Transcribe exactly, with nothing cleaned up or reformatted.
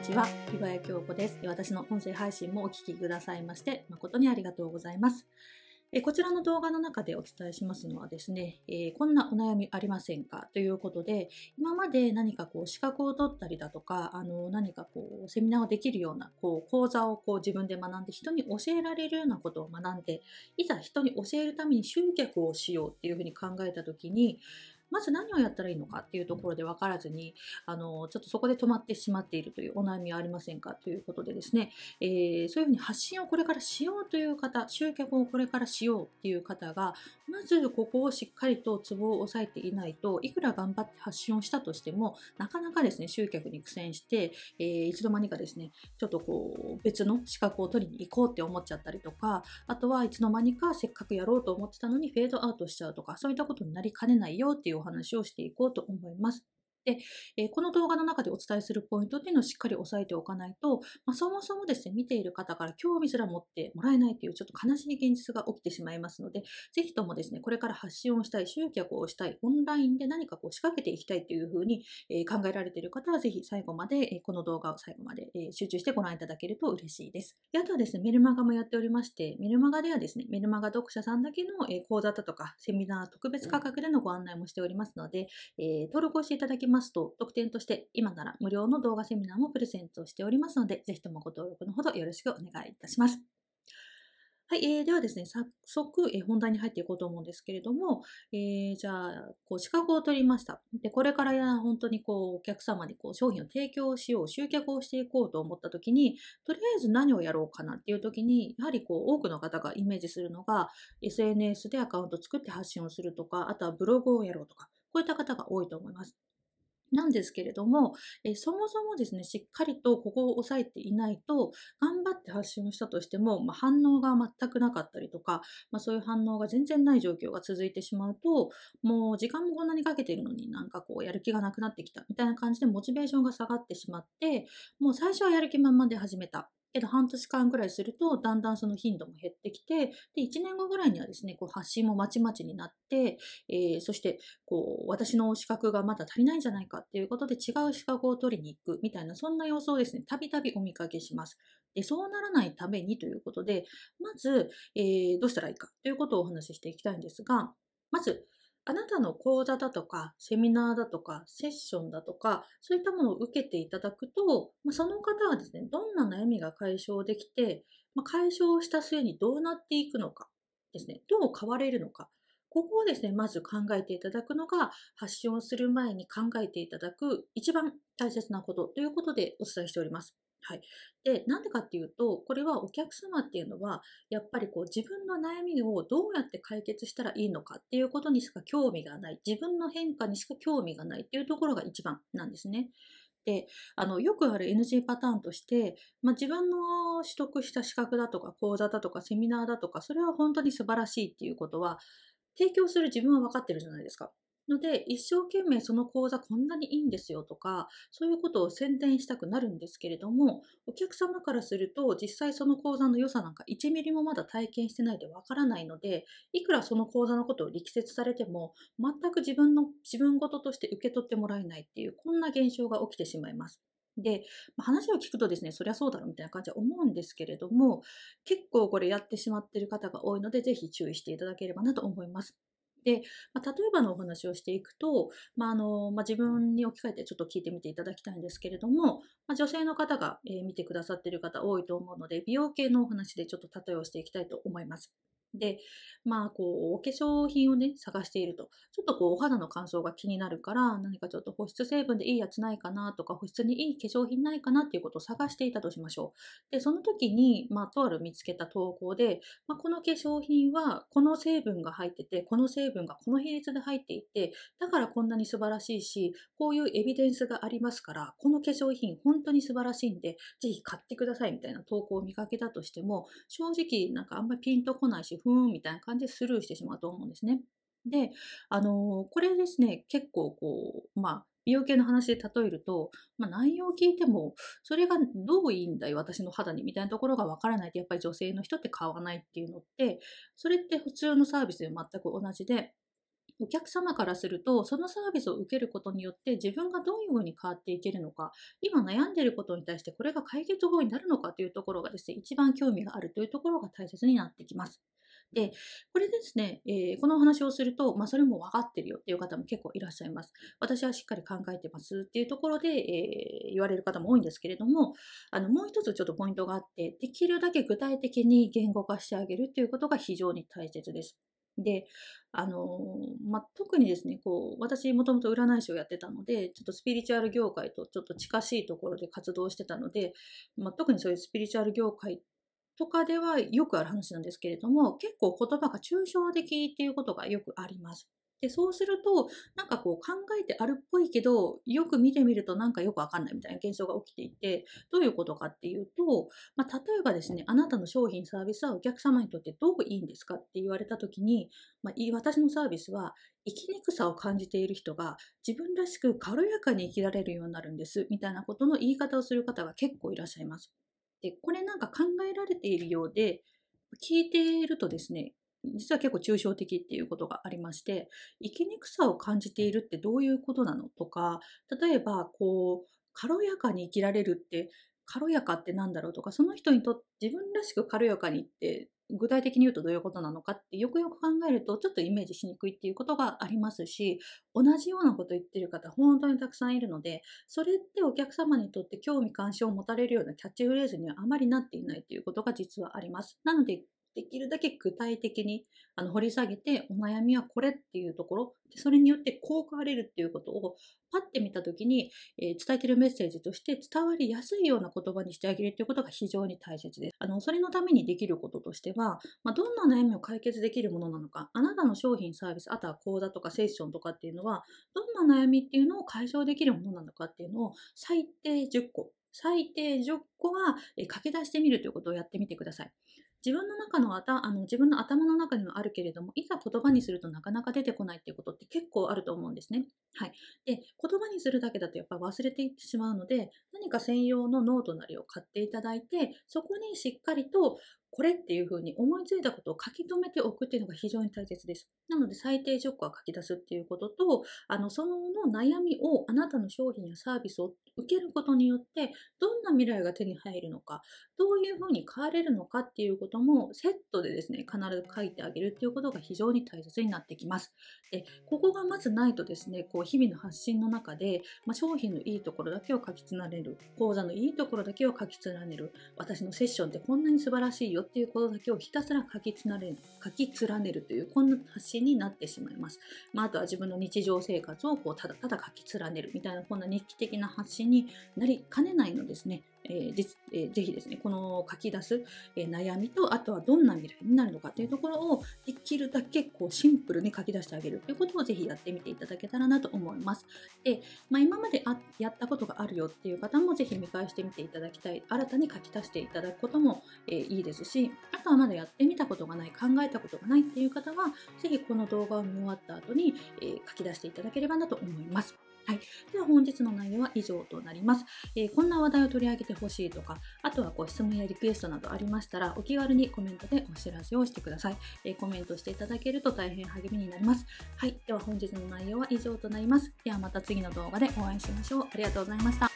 ちは、岩谷京子です。私の音声配信もお聞きくださいまして誠にありがとうございます。えこちらの動画の中でお伝えしますのはですね、えーこんなお悩みありませんかということで、今まで何かこう資格を取ったりだとか、あの何かこうセミナーをできるようなこう講座をこう自分で学んで人に教えられるようなことを学んで、いざ人に教えるために集客をしようっていうふうに考えたときに、まず何をやったらいいのかっていうところで分からずに、あのちょっとそこで止まってしまっているというお悩みはありませんかということでですね、えーそういうふうに発信をこれからしようという方、集客をこれからしようっていう方が、まずここをしっかりとツボを押さえていないと、いくら頑張って発信をしたとしても、なかなかですね、集客に苦戦して、えーいつの間にかですね、ちょっとこう別の資格を取りに行こうって思っちゃったりとか、あとはいつの間にかせっかくやろうと思ってたのにフェードアウトしちゃうとか、そういったことになりかねないよっていうお話をしていこうと思います。で、えーこの動画の中でお伝えするポイントっていうのをしっかり押さえておかないと、まあ、そもそもですね、見ている方から興味すら持ってもらえないというちょっと悲しい現実が起きてしまいますので、ぜひともですね、これから発信をしたい、集客をしたい、オンラインで何かこう仕掛けていきたいというふうに、えー考えられている方は、ぜひ最後まで、えーこの動画を最後まで、えー集中してご覧いただけると嬉しいです。で、あとはですね、メルマガもやっておりまして、メルマガではですね、メルマガ読者さんだけの、えー講座だとか、セミナー特別価格でのご案内もしておりますので、えー登録をしていただきますと、特典として今なら無料の動画セミナーもプレゼントしておりますので、ぜひともご登録のほどよろしくお願いいたします。はい、えー、ではですね、早速、えー本題に入っていこうと思うんですけれども、えーじゃあ、こう資格を取りました。で、これからや本当にこうお客様にこう商品を提供しよう、集客をしていこうと思った時に、とりあえず何をやろうかなっていう時に、やはりこう多くの方がイメージするのが、エスエヌエス でアカウントを作って発信をするとか、あとはブログをやろうとか、こういった方が多いと思います。なんですけれども、え、そもそもですね、しっかりとここを押さえていないと、頑張って発信をしたとしても、まあ、反応が全くなかったりとか、まあ、そういう反応が全然ない状況が続いてしまうと、もう時間もこんなにかけているのになんかこうやる気がなくなってきたみたいな感じでモチベーションが下がってしまって、もう最初はやる気満々で始めた。けど半年間ぐらいすると、だんだんその頻度も減ってきて、で、いちねんごぐらいにはですね、こう発信もまちまちになって、えーそしてこう、私の資格がまだ足りないんじゃないかっていうことで違う資格を取りに行くみたいな、そんな様子をですね、たびたびお見かけします。で、そうならないためにということで、まず、えーどうしたらいいかということをお話ししていきたいんですが、まず、あなたの講座だとか、セミナーだとか、セッションだとか、そういったものを受けていただくと、まあ、その方はですね、どんな悩みが解消できて、まあ、解消した末にどうなっていくのかですね、どう変われるのか、ここをですね、まず考えていただくのが、発信をする前に考えていただく一番大切なことということでお伝えしております。はい。で、なんでかっていうと、これはお客様っていうのは、やっぱりこう自分の悩みをどうやって解決したらいいのかっていうことにしか興味がない、自分の変化にしか興味がないっていうところが一番なんですね。で、あの、よくある エヌジー パターンとして、まあ、自分の取得した資格だとか講座だとかセミナーだとか、それは本当に素晴らしいっていうことは、提供する自分は分かってるじゃないですか。ので、一生懸命その講座こんなにいいんですよとか、そういうことを宣伝したくなるんですけれども、お客様からすると、実際その講座の良さなんかいちミリもまだ体験してないで分からないので、いくらその講座のことを力説されても、全く自分の、自分事として受け取ってもらえないっていう、こんな現象が起きてしまいます。で、まあ話を聞くとですね、そりゃそうだろうみたいな感じは思うんですけれども、結構これやってしまっている方が多いので、ぜひ注意していただければなと思います。で、まあ、例えばのお話をしていくと、まああのまあ、自分に置き換えてちょっと聞いてみていただきたいんですけれども、まあ、女性の方が、えー見てくださっている方多いと思うので、美容系のお話でちょっと例えをしていきたいと思います。で、まあ、こう、お化粧品をね、探していると、ちょっとこう、お肌の乾燥が気になるから、何かちょっと保湿成分でいいやつないかなとか、保湿にいい化粧品ないかなっていうことを探していたとしましょう。で、その時に、まあ、とある見つけた投稿で、まあ、この化粧品はこの成分が入ってて、この成分がこの比率で入っていて、だからこんなに素晴らしいし、こういうエビデンスがありますから、この化粧品本当に素晴らしいんで、ぜひ買ってくださいみたいな投稿を見かけたとしても、正直なんかあんまりピンとこないし、ふーんみたいな感じでスルーしてしまうと思うんですね。で、あのーこれですね、結構こう、まあ、美容系の話で例えると、まあ、内容を聞いても、それがどういいんだい、私の肌にみたいなところがわからないと、やっぱり女性の人って買わないっていうのって、それって普通のサービスで全く同じで、 お客様からすると、そのサービスを受けることによって自分がどういうふうに変わっていけるのか、今悩んでいることに対してこれが解決法になるのかというところがですね、一番興味があるというところが大切になってきます。で、これですね、えーこのお話をすると、まあ、それも分かってるよっていう方も結構いらっしゃいます。私はしっかり考えてますっていうところで、えー言われる方も多いんですけれども、あの、もう一つちょっとポイントがあって、できるだけ具体的に言語化してあげるっていうことが非常に大切です。で、あのーまあ、特にですね、こう、私もともと占い師をやってたので、ちょっとスピリチュアル業界とちょっと近しいところで活動してたので、まあ、特にそういうスピリチュアル業界とかではよくある話なんですけれども、結構言葉が抽象的っていうことがよくあります。で、そうすると、なんかこう考えてあるっぽいけど、よく見てみるとなんかよくわかんないみたいな現象が起きていて、どういうことかっていうと、まあ、例えばですね、あなたの商品サービスはお客様にとってどういいんですかって言われたときに、まあ、い私のサービスは生きにくさを感じている人が自分らしく軽やかに生きられるようになるんですみたいなことの言い方をする方が結構いらっしゃいます。で、これなんか考えられているようで、聞いているとですね、実は結構抽象的っていうことがありまして、生きにくさを感じているってどういうことなのとか、例えば、こう、軽やかに生きられるって、軽やかってなんだろうとか、その人にとって自分らしく軽やかにって具体的に言うとどういうことなのかってよくよく考えるとちょっとイメージしにくいっていうことがありますし、同じようなこと言ってる方本当にたくさんいるので、それってお客様にとって興味関心を持たれるようなキャッチフレーズにはあまりなっていないということが実はあります。なので、できるだけ具体的にあの掘り下げて、お悩みはこれっていうところ、でそれによってこう変われるっていうことをパッて見たときに、えー伝えているメッセージとして伝わりやすいような言葉にしてあげるということが非常に大切です。あのそれのためにできることとしては、まあ、どんな悩みを解決できるものなのか、あなたの商品、サービス、あとは講座とかセッションとかっていうのは、どんな悩みっていうのを解消できるものなのかっていうのを最低じゅっこ、最低じゅっこはえー書き出してみるということをやってみてください。自分の中のあたあの自分の頭の中にはあるけれども、いざ言葉にするとなかなか出てこないっていうことって結構あると思うんですね。はい。で、言葉にするだけだとやっぱ忘れていってしまうので、何か専用のノートなりを買っていただいて、そこにしっかりとこれっていうふうに思いついたことを書き留めておくっていうのが非常に大切です。なので最低じゅっこは書き出すっていうことと、あのその悩みをあなたの商品やサービスを受けることによってどんな未来が手に入るのか、どういうふうに変われるのかっていうこともセットでですね、必ず書いてあげるっていうことが非常に大切になってきます。で、ここがまずないとですね、こう日々の発信の中で、まあ、商品のいいところだけを書き連ねる、講座のいいところだけを書き連ねる、私のセッションってこんなに素晴らしいよっていうことだけをひたすら書き連ねる、書き連ねるというこんな発信になってしまいます。まあ、あとは自分の日常生活をこうただただ書き連ねるみたいなこんな日記的な発信になりかねないのですね。えー実えーぜひですね、この書き出す、えー悩みと、あとはどんな未来になるのかというところをできるだけこうシンプルに書き出してあげるということをぜひやってみていただけたらなと思います。で、まあ、今まであやったことがあるよっていう方もぜひ見返してみていただきたい。新たに書き足していただくことも、えーいいですし、あとはまだやってみたことがない、考えたことがないっていう方は、ぜひこの動画を見終わった後に、えー書き出していただければなと思います。はい。では本日の内容は以上となります。えーこんな話題を取り上げてほしいとか、あとはご質問やリクエストなどありましたら、お気軽にコメントでお知らせをしてください。えーコメントしていただけると大変励みになります。はい。では本日の内容は以上となります。ではまた次の動画でお会いしましょう。ありがとうございました。